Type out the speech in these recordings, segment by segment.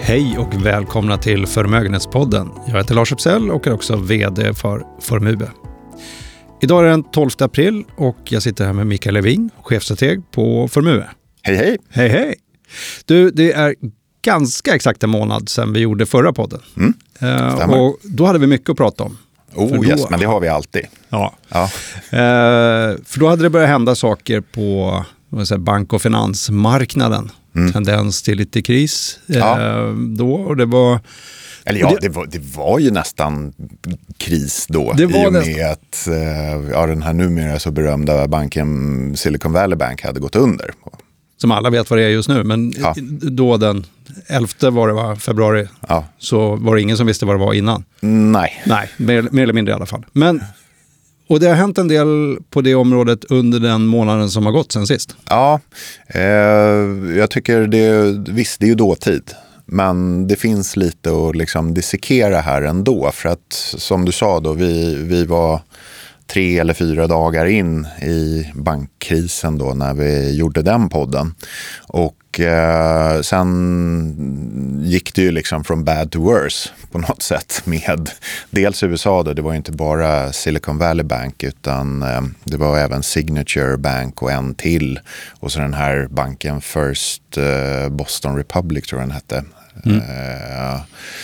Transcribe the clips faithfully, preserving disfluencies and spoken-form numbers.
Hej och välkomna till Förmögenhetspodden. Jag heter Lars Uppsell och är också vd för Formube. Idag är det den tolfte april och jag sitter här med Mikael Levin, chefstrateg på Formube. Hej hej! Hej hej! Du, det är ganska exakt en månad sedan vi gjorde förra podden. Mm, uh, och då hade vi mycket att prata om. Oh då, yes, men det har vi alltid. Ja. ja. Uh, för då hade det börjat hända saker på vad säger, bank- och finansmarknaden. Mm. Tendens till lite kris ja. uh, då och det var... Eller ja, det, det, var, det var ju nästan kris då. Det var i och med nästan. att uh, ja, den här numera så berömda banken Silicon Valley Bank hade gått under. Som alla vet vad det är just nu, men ja. då den elfte var det var februari ja. så var det ingen som visste vad det var innan. Nej. Nej, mer, mer eller mindre i alla fall. Men, och det har hänt en del på det området under den månaden som har gått sen sist. Ja, eh, jag tycker det, visst det är ju dåtid. Men det finns lite att liksom dissekera här ändå. För att som du sa då, vi, vi var tre eller fyra dagar in i bankkrisen då när vi gjorde den podden. Och eh, sen gick det ju liksom from bad to worse på något sätt med dels U S A då, det var ju inte bara Silicon Valley Bank utan eh, det var även Signature Bank och en till. Och så den här banken First eh, Boston Republic tror jag den hette. Mm. Eh,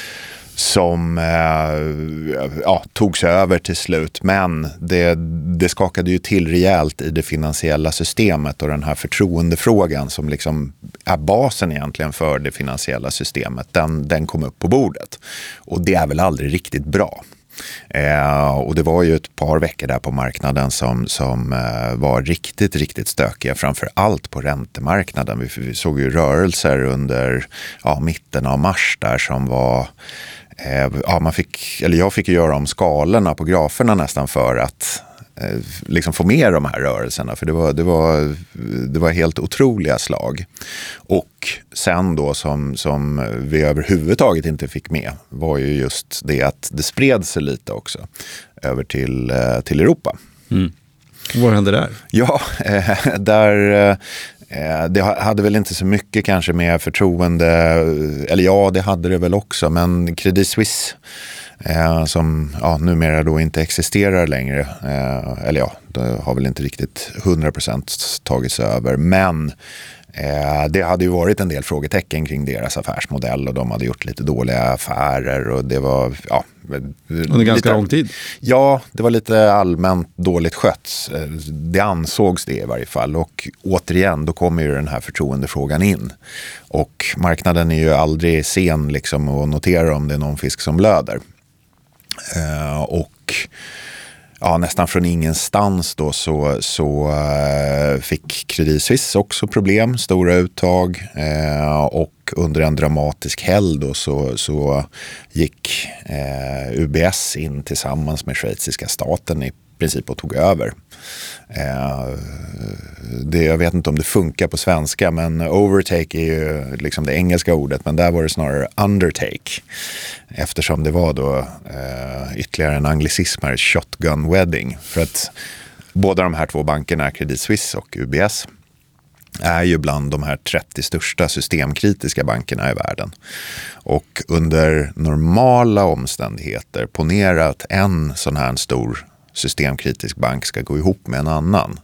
som eh, ja, togs över till slut. Men det, det skakade ju till rejält i det finansiella systemet och den här förtroendefrågan som liksom är basen egentligen för det finansiella systemet, den, den kom upp på bordet. Och det är väl aldrig riktigt bra. Eh, och det var ju ett par veckor där på marknaden som, som eh, var riktigt, riktigt stökiga, framför allt på räntemarknaden. Vi, vi såg ju rörelser under ja, mitten av mars där som var eh, ja, man fick, eller jag fick ju göra om skalorna på graferna nästan för att eh, liksom få med de här rörelserna, för det var, det var, det var helt otroliga slag. Och sen då som, som vi överhuvudtaget inte fick med var ju just det att det spred sig lite också över till, till Europa. Mm. Vad hände där? Ja, eh, där... Eh, det hade väl inte så mycket kanske med förtroende, eller ja, det hade det väl också, men Credit Suisse eh, som ja, numera då inte existerar längre, eh, eller ja, det har väl inte riktigt hundra procent tagits över, men Eh, det hade ju varit en del frågetecken kring deras affärsmodell och de hade gjort lite dåliga affärer och det var ja, under ganska lite, lång tid. Ja, det var lite allmänt dåligt skött. Det ansågs det i varje fall och återigen då kommer ju den här förtroendefrågan in och marknaden är ju aldrig sen liksom att notera om det är någon fisk som blöder. Eh, och Ja, nästan från ingenstans då så, så uh, fick Credit Suisse också problem, stora uttag uh, och under en dramatisk helg då så, så gick uh, U B S in tillsammans med schweiziska staten i princip och tog över. Uh, det, jag vet inte om det funkar på svenska, men overtake är ju liksom det engelska ordet, men där var det snarare undertake eftersom det var då uh, ytterligare en anglicism här, shotgun wedding, för att båda de här två bankerna, Credit Suisse och U B S, är ju bland de här trettio största systemkritiska bankerna i världen. Och under normala omständigheter, ponera att en sån här stor systemkritisk bank ska gå ihop med en annan.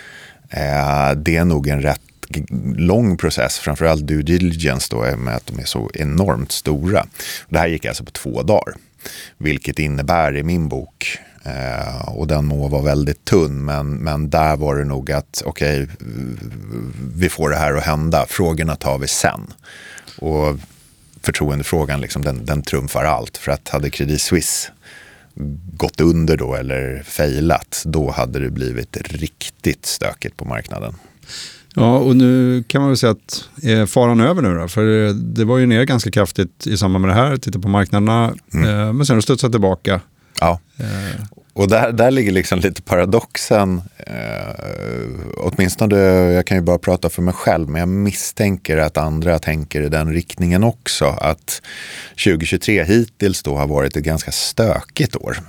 Eh, det är nog en rätt lång process, framförallt due diligence då, med att de är så enormt stora. Det här gick alltså på två dagar, vilket innebär i min bok, eh, och den må vara väldigt tunn, men, men där var det nog att okej, okay, vi får det här att hända, frågorna tar vi sen. Och förtroendefrågan liksom, den, den trumfar allt, för att hade Credit Suisse gått under då eller failat, då hade det blivit riktigt stökigt på marknaden. Ja, och nu kan man väl säga att är faran över nu då? För det var ju ner ganska kraftigt i samband med det här, titta på marknaderna, mm. eh, men sen har det studsat tillbaka. Ja, och där, där ligger liksom lite paradoxen. Eh, åtminstone, jag kan ju bara prata för mig själv, men jag misstänker att andra tänker i den riktningen också. Att tjugohundratjugotre hittills då har varit ett ganska stökigt år.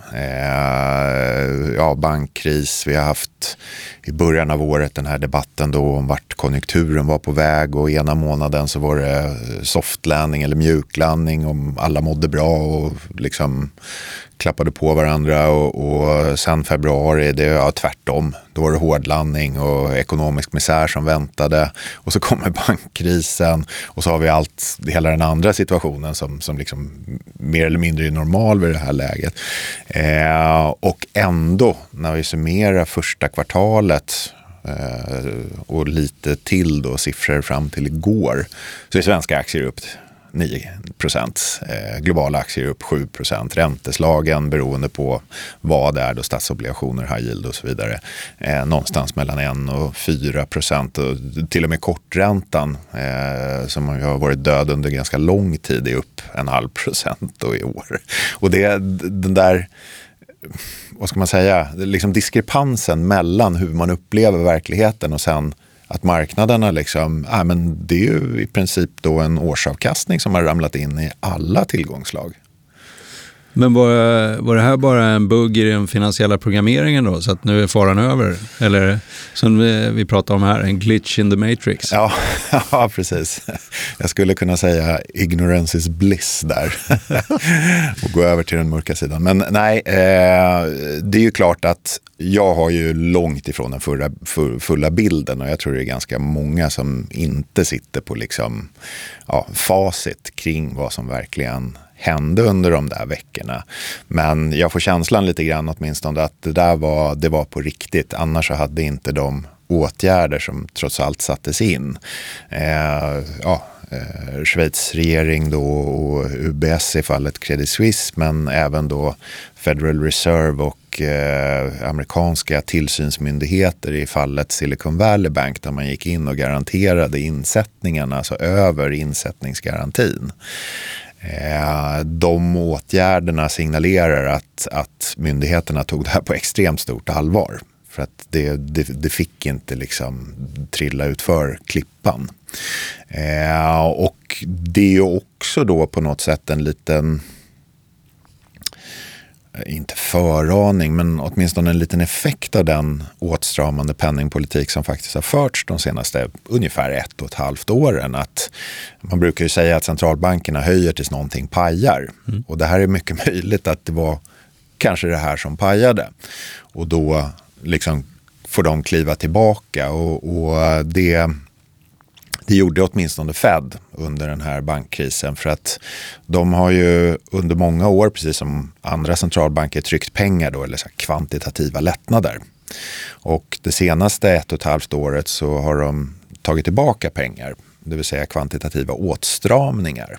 Eh, ja, bankkris, vi har haft i början av året den här debatten då om vart konjunkturen var på väg, och ena månaden så var det softlanding eller mjuklandning, om alla mådde bra och liksom klappade på varandra, och, och sen februari, det ja, tvärtom. Då var det hårdlandning och ekonomisk misär som väntade, och så kommer bankkrisen, och så har vi allt, hela den andra situationen som, som liksom mer eller mindre är normal vid det här läget. Eh, och ändå, när vi summerar första kvartalet eh, och lite till då siffror fram till igår, så är svenska aktier upp nio procent, eh, globala aktier upp sju procent, ränteslagen beroende på vad det är då, statsobligationer, high yield och så vidare, eh, någonstans mellan en och fyra procent, och till och med korträntan eh, som har varit död under ganska lång tid är upp en halv procent då i år. Och det, den där, vad ska man säga, liksom diskrepansen mellan hur man upplever verkligheten och sen att marknaderna liksom, ja, men det är ju i princip då en årsavkastning som har ramlat in i alla tillgångslag. Men var, var det här bara en bugg i den finansiella programmeringen då, så att nu är faran över? Eller som vi, vi pratar om här, en glitch in the matrix? Ja, ja, precis. Jag skulle kunna säga ignorance is bliss där och gå över till den mörka sidan. Men nej, eh, det är ju klart att jag har ju långt ifrån den fulla, fulla bilden, och jag tror det är ganska många som inte sitter på liksom, ja, facit kring vad som verkligen hände under de där veckorna. Men jag får känslan lite grann åtminstone att det där var, det var på riktigt. Annars så hade inte de åtgärder som trots allt sattes in. Eh, ja, eh, Schweiz regering då, och U B S i fallet Credit Suisse, men även då Federal Reserve och eh, amerikanska tillsynsmyndigheter i fallet Silicon Valley Bank, där man gick in och garanterade insättningarna, alltså över insättningsgarantin. De åtgärderna signalerar att, att myndigheterna tog det här på extremt stort allvar. För att det, det, det fick inte liksom trilla ut för klippan. Eh, och det är ju också då på något sätt en liten, inte föraning, men åtminstone en liten effekt av den åtstramande penningpolitik som faktiskt har förts de senaste ungefär ett och ett halvt åren. Att man brukar ju säga att centralbankerna höjer tills någonting pajar. Mm. Och det här är mycket möjligt att det var kanske det här som pajade. Och då liksom får de kliva tillbaka, och, och det... Det gjorde åtminstone Fed under den här bankkrisen, för att de har ju under många år, precis som andra centralbanker, tryckt pengar då, eller så kvantitativa lättnader. Och det senaste ett och ett halvt året så har de tagit tillbaka pengar, det vill säga kvantitativa åtstramningar.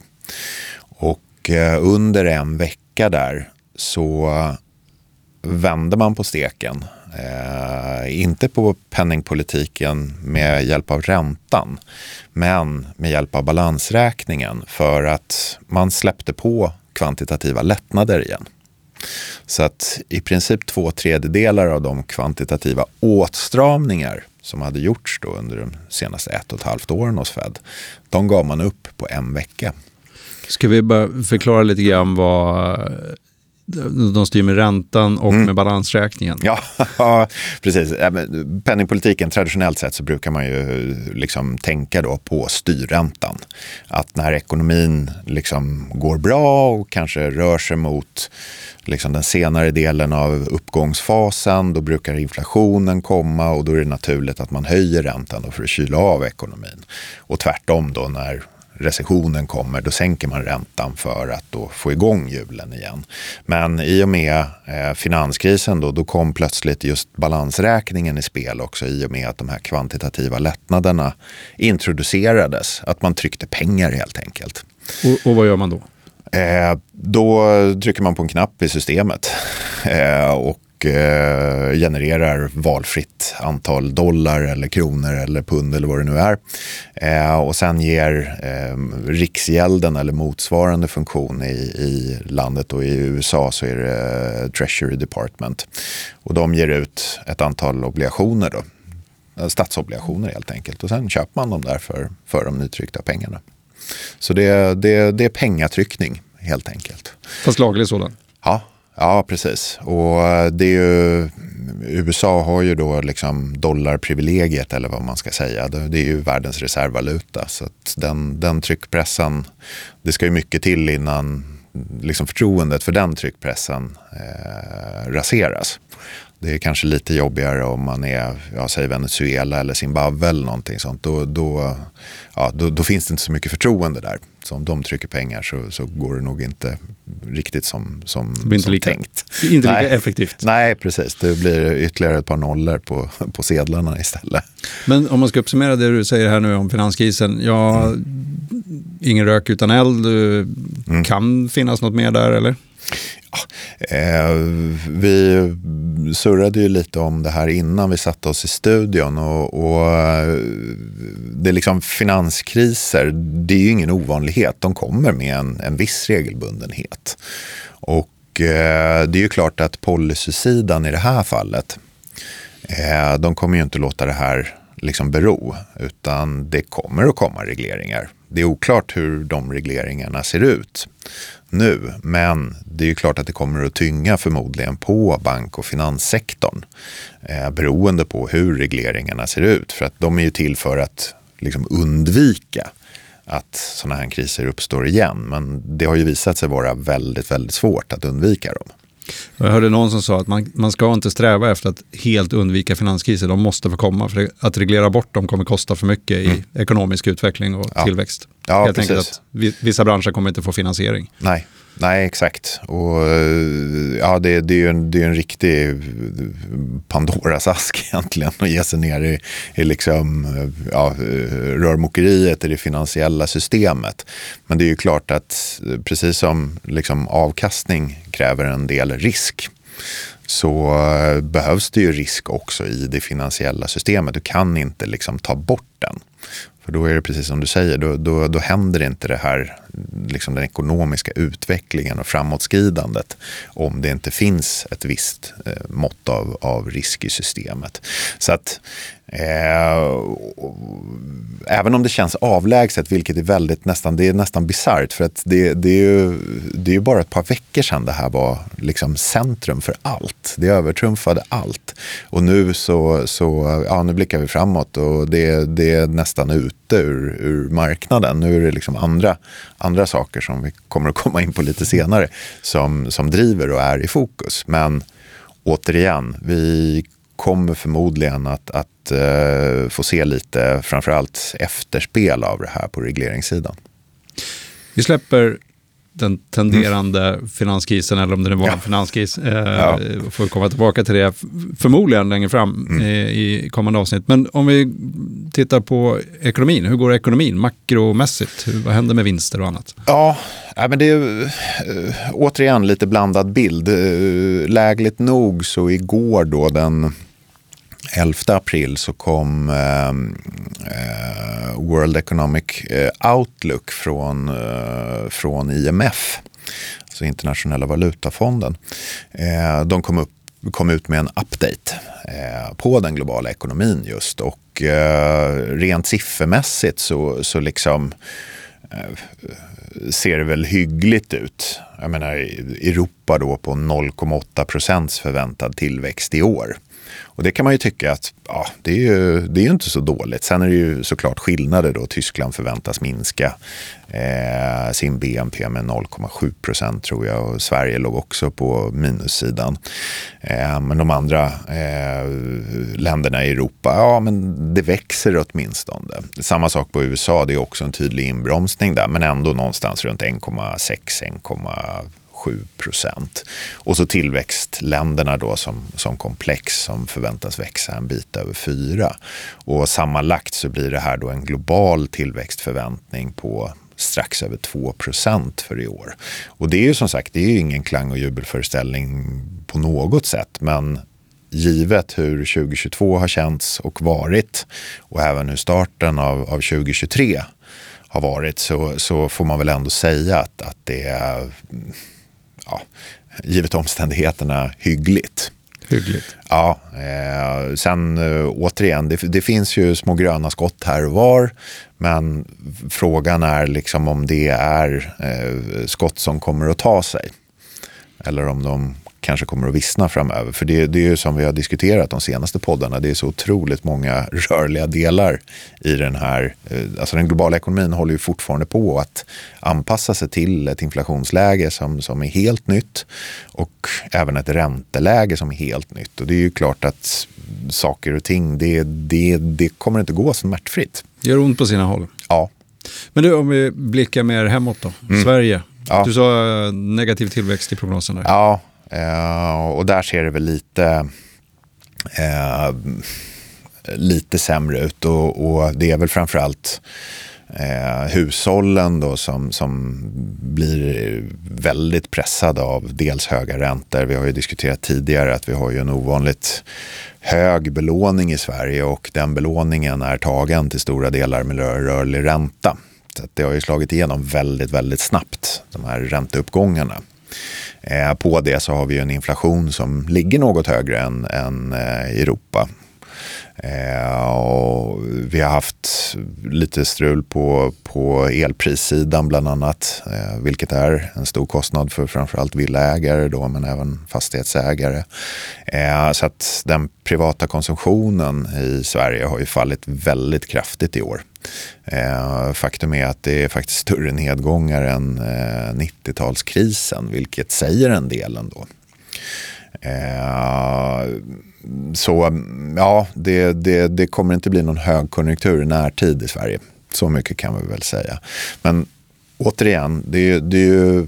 Och under en vecka där så vände man på steken. Eh, inte på penningpolitiken med hjälp av räntan, men med hjälp av balansräkningen, för att man släppte på kvantitativa lättnader igen. Så att i princip två tredjedelar av de kvantitativa åtstramningar som hade gjorts då under de senaste ett och ett halvt åren hos Fed, de gav man upp på en vecka. Ska vi bara förklara lite grann vad de styr med räntan och mm. med balansräkningen? Ja, precis. Penningpolitiken, traditionellt sett så brukar man ju liksom tänka då på styrräntan. Att när ekonomin liksom går bra och kanske rör sig mot liksom den senare delen av uppgångsfasen, då brukar inflationen komma, och då är det naturligt att man höjer räntan då för att kyla av ekonomin. Och tvärtom då, när recessionen kommer, då sänker man räntan för att då få igång hjulen igen. Men i och med eh, finanskrisen då, då kom plötsligt just balansräkningen i spel också, i och med att de här kvantitativa lättnaderna introducerades. Att man tryckte pengar helt enkelt. Och, och vad gör man då? Eh, då trycker man på en knapp i systemet. Eh, och och eh, genererar valfritt antal dollar eller kronor eller pund eller vad det nu är. Eh, och sen ger eh, Riksgälden eller motsvarande funktion i, i landet, och i U S A så är det eh, Treasury Department. Och de ger ut ett antal obligationer då. Statsobligationer helt enkelt. Och sen köper man dem där för, för de nytryckta pengarna. Så det, det, det är pengatryckning helt enkelt. Fast laglig sådan? Ja, ja, precis. Och det är ju, U S A har ju då liksom dollarprivilegiet eller vad man ska säga. Det är ju världens reservvaluta. Så att den, den tryckpressen, det ska ju mycket till innan liksom förtroendet för den tryckpressen eh, raseras. Det är kanske lite jobbigare om man är, jag säger Venezuela eller Zimbabwe eller någonting sånt. Då, då, ja, då, då finns det inte så mycket förtroende där. Så om de trycker pengar så, så går det nog inte riktigt som, som, det blir inte som lika, tänkt. Inte lika Nej. effektivt. Nej, precis. Det blir ytterligare ett par nollor på, på sedlarna istället. Men om man ska uppsummera det du säger här nu om finanskrisen. Ja, mm. ingen rök utan eld. Mm. Kan finnas något mer där eller? Ja, eh, vi surrade ju lite om det här innan vi satte oss i studion och, och det är liksom finanskriser, det är ju ingen ovanlighet. De kommer med en, en viss regelbundenhet. Och eh, det är ju klart att policysidan i det här fallet, eh, de kommer ju inte låta det här liksom bero, utan det kommer att komma regleringar. Det är oklart hur de regleringarna ser ut nu, men det är ju klart att det kommer att tynga förmodligen på bank- och finanssektorn eh, beroende på hur regleringarna ser ut, för att de är ju till för att liksom undvika att sådana här kriser uppstår igen, men det har ju visat sig vara väldigt, väldigt svårt att undvika dem. Jag hörde någon som sa att man, man ska inte sträva efter att helt undvika finanskriser. De måste få komma, för att reglera bort dem kommer kosta för mycket i mm. ekonomisk utveckling och ja. tillväxt. Ja, jag tänker att vissa branscher kommer inte få finansiering. Nej, nej exakt. Och ja, det, det är ju en, det är en riktig Pandoras ask egentligen att ge sig ner i, i liksom, ja, rörmokeriet i det finansiella systemet. Men det är ju klart att precis som liksom avkastning kräver en del risk, så behövs det ju risk också i det finansiella systemet. Du kan inte liksom ta bort den. För då är det precis som du säger, då, då, då händer inte det här, liksom den ekonomiska utvecklingen och framåtskridandet om det inte finns ett visst eh, mått av, av risk i systemet. Så att eh, även om det känns avlägset, vilket är väldigt nästan, det är nästan bisarrt, för att det, det är ju det är ju bara ett par veckor sedan det här var liksom centrum för allt. Det övertrumfade allt. Och nu så, så ja, nu blickar vi framåt och det, det är nästan ute ur, ur marknaden. Nu är det liksom andra, andra saker som vi kommer att komma in på lite senare som, som driver och är i fokus. Men återigen, vi kommer förmodligen att, att uh, få se lite framförallt efterspel av det här på regleringssidan. Vi släpper den tenderande mm. finanskrisen, eller om det var ja. en finanskris, eh, ja. får komma tillbaka till det förmodligen längre fram mm. eh, i kommande avsnitt. Men om vi tittar på ekonomin, hur går ekonomin makromässigt? Hur, vad händer med vinster och annat? Ja, men det är äh, återigen lite blandad bild. Lägligt nog så igår då den elfte april så kom eh, World Economic Outlook från, eh, från I M F, alltså Internationella valutafonden. Eh, de kom, upp, kom ut med en update eh, på den globala ekonomin just, och eh, rent siffermässigt så, så liksom eh, ser det väl hyggligt ut. Jag menar, Europa då på noll komma åtta procents förväntad tillväxt i år. Och det kan man ju tycka att ja, det är ju, det är ju inte så dåligt. Sen är det ju såklart skillnader då. Tyskland förväntas minska eh, sin B N P med noll komma sju procent tror jag. Och Sverige låg också på minussidan. Eh, men de andra eh, länderna i Europa, ja men det växer åtminstone. Samma sak på U S A, det är också en tydlig inbromsning där. Men ändå någonstans runt en komma sex till en komma sju procent. Och så tillväxtländerna då som, som komplex som förväntas växa en bit över fyra. Och sammanlagt så blir det här då en global tillväxtförväntning på strax över två procent för i år. Och det är ju som sagt, det är ju ingen klang- och jubelföreställning på något sätt, men givet hur tjugohundratjugotvå har känts och varit och även hur starten av, av tjugohundratjugotre har varit, så, så får man väl ändå säga att, att det är, ja, givet omständigheterna, hyggligt. Hyggligt. Ja, eh, sen eh, återigen, det, det finns ju små gröna skott här och var, men frågan är liksom om det är eh, skott som kommer att ta sig eller om de kanske kommer att vissna framöver. För det, det är ju som vi har diskuterat de senaste poddarna, det är så otroligt många rörliga delar i den här, alltså den globala ekonomin håller ju fortfarande på att anpassa sig till ett inflationsläge som, som är helt nytt och även ett ränteläge som är helt nytt. Och det är ju klart att saker och ting, det, det, det kommer inte gå smärtfritt. Det gör ont på sina håll. Ja. Men du, om vi blickar mer hemåt då, mm. Sverige. Ja. Du sa negativ tillväxt i prognosen där. Ja. Uh, och där ser det väl lite uh, lite sämre ut och, och det är väl framförallt uh, hushållen då som, som blir väldigt pressade av dels höga räntor. Vi har ju diskuterat tidigare att vi har ju en ovanligt hög belåning i Sverige och den belåningen är tagen till stora delar med rörlig ränta. Så att det har ju slagit igenom väldigt, väldigt snabbt, de här ränteuppgångarna. Eh, på det så har vi en inflation som ligger något högre än, än eh, Europa. Eh, och vi har haft lite strul på, på elprissidan bland annat, eh, vilket är en stor kostnad för framförallt villaägare då, men även fastighetsägare. Eh, så att den privata konsumtionen i Sverige har ju fallit väldigt kraftigt i år. Eh, faktum är att det är faktiskt större nedgångar än eh, nittiotalskrisen, vilket säger en del ändå. Eh, så ja, det, det, det kommer inte bli någon högkonjunktur i närtid i Sverige. Så mycket kan vi väl säga. Men återigen, det, det är ju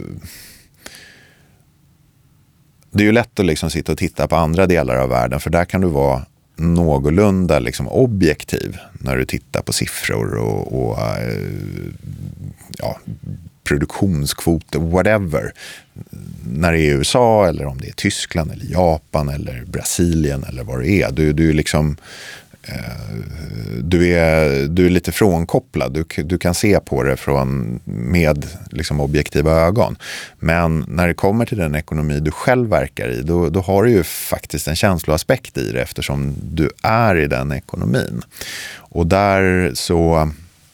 det är ju lätt att liksom sitta och titta på andra delar av världen, för där kan du vara någorlunda liksom objektiv när du tittar på siffror och, och ja, produktionskvoter, whatever. När det är U S A eller om det är Tyskland eller Japan eller Brasilien eller vad det är. Du, du är liksom Du är, du är lite frånkopplad. Du, du kan se på det från, med liksom objektiva ögon. Men när det kommer till den ekonomi du själv verkar i, då, då har du ju faktiskt en känsloaspekt i det, eftersom du är i den ekonomin. Och där så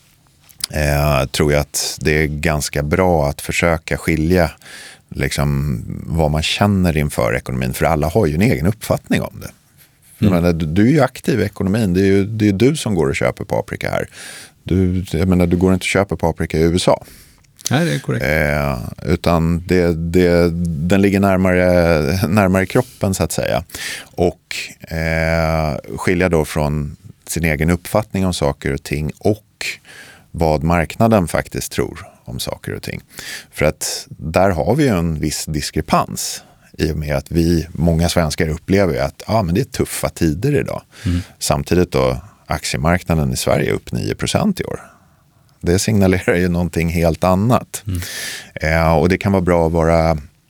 eh, tror jag att det är ganska bra att försöka skilja liksom vad man känner inför ekonomin. För alla har ju en egen uppfattning om det. Mm. Jag menar, du, du är ju aktiv i ekonomin. Det är ju det är du som går och köper paprika här. Du, jag menar, du går inte och köper paprika i U S A. Nej, det är korrekt. Eh, utan det, det, den ligger närmare, närmare kroppen så att säga. Och eh, skilja då från sin egen uppfattning om saker och ting och vad marknaden faktiskt tror om saker och ting. För att där har vi ju en viss diskrepans. I och med att vi, många svenskar upplever att ah, men det är tuffa tider idag. Mm. Samtidigt då aktiemarknaden i Sverige är upp nio procent i år. Det signalerar ju någonting helt annat. Mm. Eh, och det kan vara bra att vara,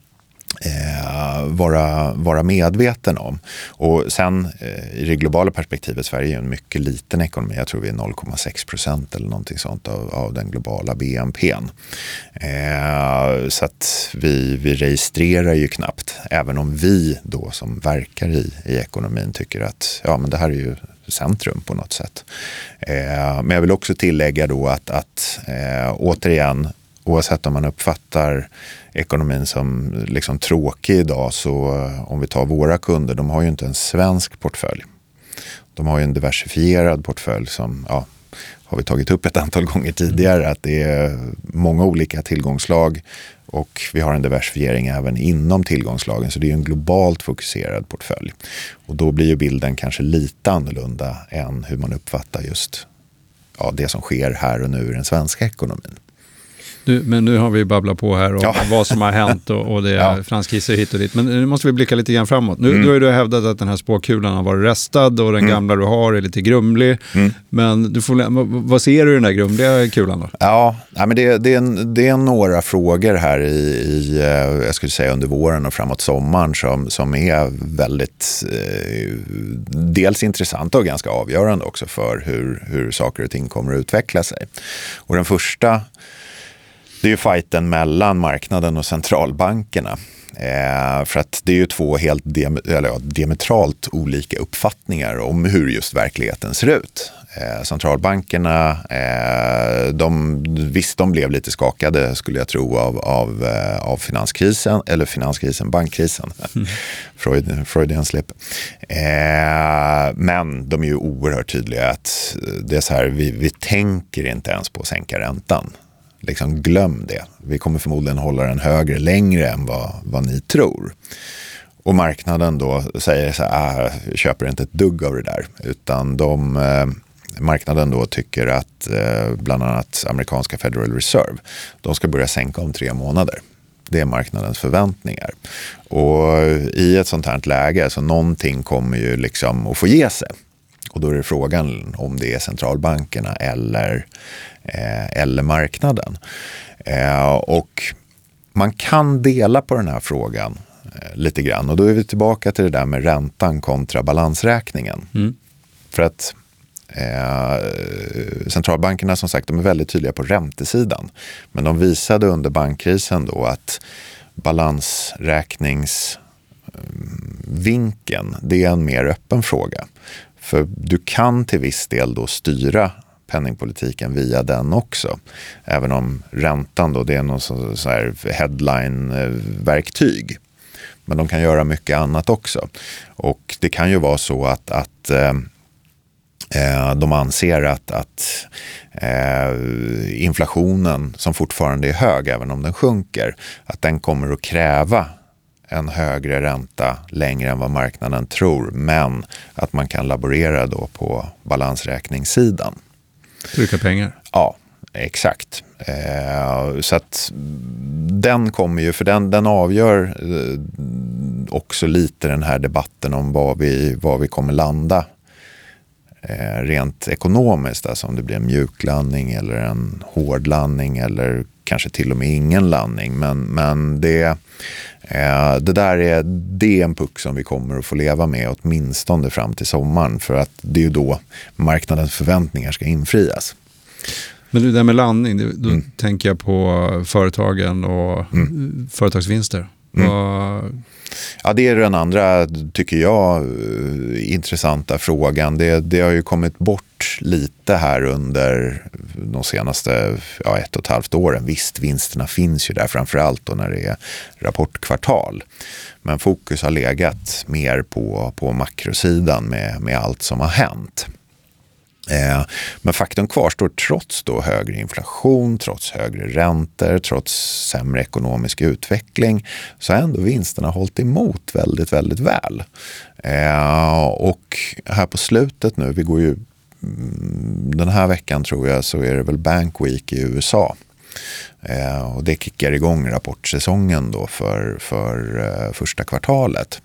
eh, vara, vara medveten om. Och sen eh, i det globala perspektivet, Sverige är en mycket liten ekonomi. Jag tror vi är noll komma sex procent eller någonting sånt av, av den globala B N P:n. Eh, så att vi, vi registrerar ju knappt. Även om vi då som verkar i, i ekonomin tycker att ja, men det här är ju centrum på något sätt. Eh, men jag vill också tillägga då att, att eh, återigen, oavsett om man uppfattar ekonomin som liksom tråkig idag, så om vi tar våra kunder, de har ju inte en svensk portfölj. De har ju en diversifierad portfölj som, ja, har vi tagit upp ett antal gånger tidigare, att det är många olika tillgångslag och vi har en diversifiering även inom tillgångslagen, så det är en globalt fokuserad portfölj. Och då blir ju bilden kanske lite annorlunda än hur man uppfattar just ja, det som sker här och nu i den svenska ekonomin. Du, men nu har vi babblat på här om ja. vad som har hänt och, och det är ja. franskiser hit och dit. Men nu måste vi blicka lite grann framåt. Nu, mm. nu har du hävdat att den här spåkulan har varit restad och den mm. gamla du har är lite grumlig. Mm. Men du får, vad ser du i den där grumliga kulan då? Ja, men det, det, är, det är några frågor här i, i jag skulle säga under våren och framåt sommaren som, som är väldigt eh, dels intressanta och ganska avgörande också för hur, hur saker och ting kommer att utveckla sig. Och den första, det är ju fighten mellan marknaden och centralbankerna. Eh, för att det är ju två helt diam- eller ja, diametralt olika uppfattningar om hur just verkligheten ser ut. Eh, centralbankerna, eh, de, visst de blev lite skakade skulle jag tro av, av, eh, av finanskrisen, eller finanskrisen, bankkrisen. Mm. Freud, Freudian slip. Eh, men de är ju oerhört tydliga att det är så här, vi, vi tänker inte ens på att sänka räntan. Liksom glöm det. Vi kommer förmodligen hålla den högre längre än vad, vad ni tror. Och marknaden då säger så här, ah, köper inte ett dugg av det där. Utan de, eh, marknaden då tycker att eh, bland annat amerikanska Federal Reserve, de ska börja sänka om tre månader. Det är marknadens förväntningar. Och i ett sånt här läge så någonting kommer ju liksom att få ge sig. Och då är det frågan om det är centralbankerna eller, eh, eller marknaden. Eh, och man kan dela på den här frågan eh, lite grann. Och då är vi tillbaka till det där med räntan kontra balansräkningen. Mm. För att eh, centralbankerna som sagt, de är väldigt tydliga på räntesidan. Men de visade under bankkrisen då att balansräkningsvinkeln, det är en mer öppen fråga. För du kan till viss del då styra penningpolitiken via den också. Även om räntan då, det är någon sån så här headline-verktyg. Men de kan göra mycket annat också. Och det kan ju vara så att, att eh, de anser att, att eh, inflationen som fortfarande är hög, även om den sjunker, att den kommer att kräva en högre ränta längre än vad marknaden tror, men att man kan laborera då på balansräkningssidan. Trycka pengar? Ja, exakt. Eh, så att den kommer ju, för den, den avgör eh, också lite den här debatten om vad vi, vad vi kommer landa eh, rent ekonomiskt. Alltså om det blir en mjuklandning eller en hårdlandning eller kanske till och med ingen landning. Men, men det Eh, det där är, det är en puck som vi kommer att få leva med åtminstone fram till sommaren, för att det är ju då marknadens förväntningar ska infrias. Men det där med landning, då mm. tänker jag på företagen och mm. företagsvinster. Mm. Och... Ja, det är den andra, tycker jag, intressanta frågan. Det, det har ju kommit bort lite här under de senaste ja, ett och ett halvt åren. Visst, vinsterna finns ju där framförallt då när det är rapportkvartal. Men fokus har legat mer på, på makrosidan med, med allt som har hänt. Eh, men faktum kvarstår, trots då högre inflation, trots högre räntor, trots sämre ekonomisk utveckling, så har ändå vinsterna hållit emot väldigt, väldigt väl. Eh, och här på slutet nu, vi går ju den här veckan tror jag, så är det väl Bank Week i U S A. Eh, och det kickar igång rapportsäsongen då för, för eh, första kvartalet.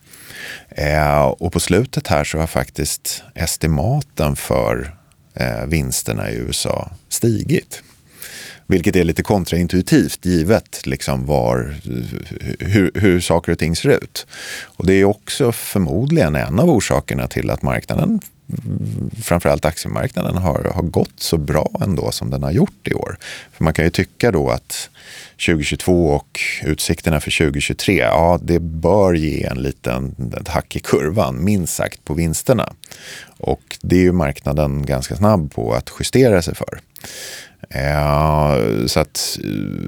Eh, och på slutet här så har faktiskt estimaten för eh, vinsterna i U S A stigit. Vilket är lite kontraintuitivt givet liksom var, hur, hur saker och ting ser ut. Och det är också förmodligen en av orsakerna till att marknaden, framförallt aktiemarknaden, har, har gått så bra ändå som den har gjort i år. För man kan ju tycka då att tjugohundratjugotvå och utsikterna för tjugohundratjugotre, ja, det bör ge en liten ett hack i kurvan, minst sagt, på vinsterna. Och det är ju marknaden ganska snabb på att justera sig för. Eh, så att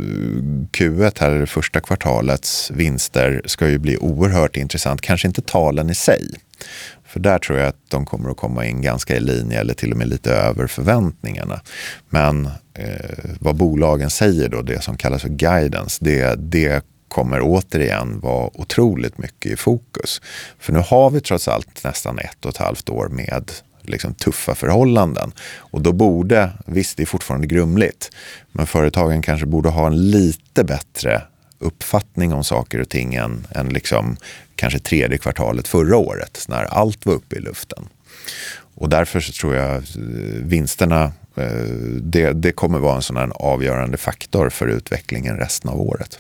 Q ett här, första kvartalets vinster, ska ju bli oerhört intressant. Kanske inte talen i sig. För där tror jag att de kommer att komma in ganska i linje eller till och med lite över förväntningarna. Men eh, vad bolagen säger då, det som kallas för guidance, det, det kommer återigen vara otroligt mycket i fokus. För nu har vi trots allt nästan ett och ett halvt år med liksom tuffa förhållanden. Och då borde, visst det är fortfarande grumligt, men företagen kanske borde ha en lite bättre uppfattning om saker och ting än, än liksom kanske tredje kvartalet förra året när allt var uppe i luften. Och därför så tror jag vinsterna, det, det kommer vara en sån här avgörande faktor för utvecklingen resten av året.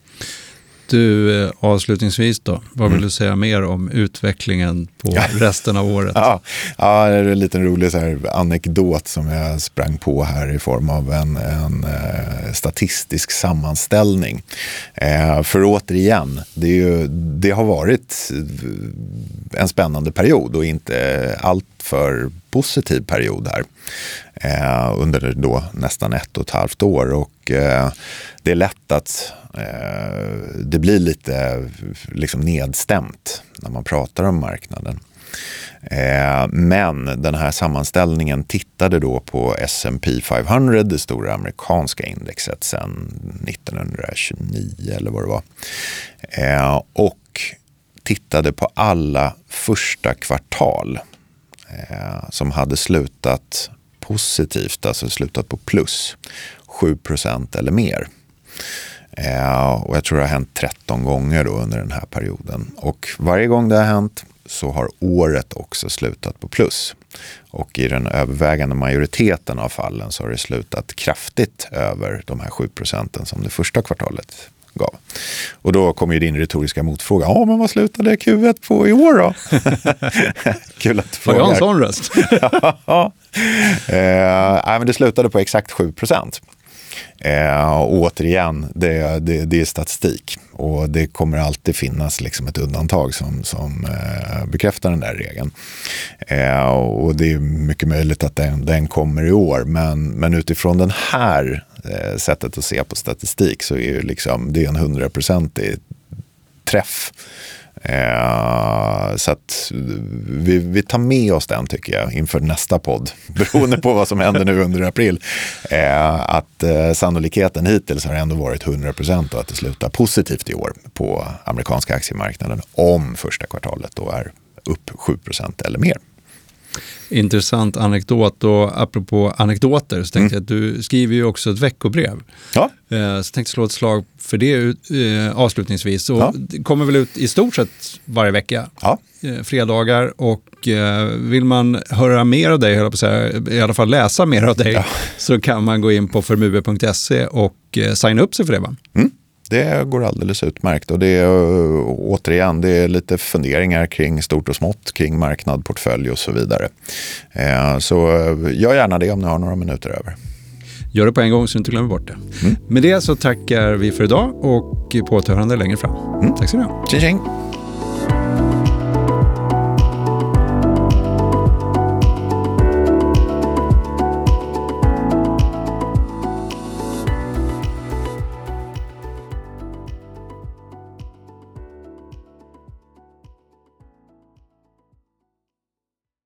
Du, avslutningsvis då, vad vill mm. du säga mer om utvecklingen på ja. resten av året? Ja, ja, det är en liten rolig så här anekdot som jag sprang på här i form av en, en eh, statistisk sammanställning. Eh, för återigen, det, är ju, det har varit en spännande period och inte allt för positiv period här eh, under då nästan ett och ett halvt år och eh, det är lätt att eh, det blir lite liksom nedstämt när man pratar om marknaden. Eh, men den här sammanställningen tittade då på S and P femhundra, det stora amerikanska indexet sedan nittonhundratjugonio eller vad det var. Eh, och tittade på alla första kvartal Eh, som hade slutat positivt, alltså slutat på plus sju procent eller mer. Eh, och jag tror det har hänt tretton gånger då under den här perioden. Och varje gång det har hänt så har året också slutat på plus. Och i den övervägande majoriteten av fallen så har det slutat kraftigt över de här sju procenten som det första kvartalet gav. Och då kommer ju din retoriska motfråga. Ja, men vad slutade Q ett på i år då? Kul att du frågar. Har jag en sån röst? ja. eh, nej, men det slutade på exakt sju procent. Eh, och återigen, det, det, det är statistik. Och det kommer alltid finnas liksom ett undantag som, som eh, bekräftar den där regeln. Eh, och det är mycket möjligt att den, den kommer i år. Men, men utifrån den här eh, sättet att se på statistik så är ju liksom, det är en hundraprocentig träff. Eh, så att vi, vi tar med oss den tycker jag inför nästa podd beroende på vad som händer nu under april eh, att eh, sannolikheten hittills har ändå varit hundra procent och att det slutar positivt i år på amerikanska aktiemarknaden om första kvartalet då är upp sju procent eller mer. Intressant anekdot och apropå anekdoter så tänkte mm. jag att du skriver ju också ett veckobrev. Ja. Så tänkte jag slå ett slag för det eh, avslutningsvis. Och ja. Det kommer väl ut i stort sett varje vecka. Ja. Eh, fredagar och eh, vill man höra mer av dig, höra på så här, i alla fall läsa mer av dig ja. Så kan man gå in på formue punkt se och eh, signa upp sig för det va? Mm. Det går alldeles utmärkt och det är återigen det är lite funderingar kring stort och smått, kring marknad, portfölj och så vidare. Så gör gärna det om ni har några minuter över. Gör det på en gång så du inte glömmer bort det. Mm. Med det så tackar vi för idag och på återhörande längre fram. Mm. Tack så mycket. Tjing, tjing.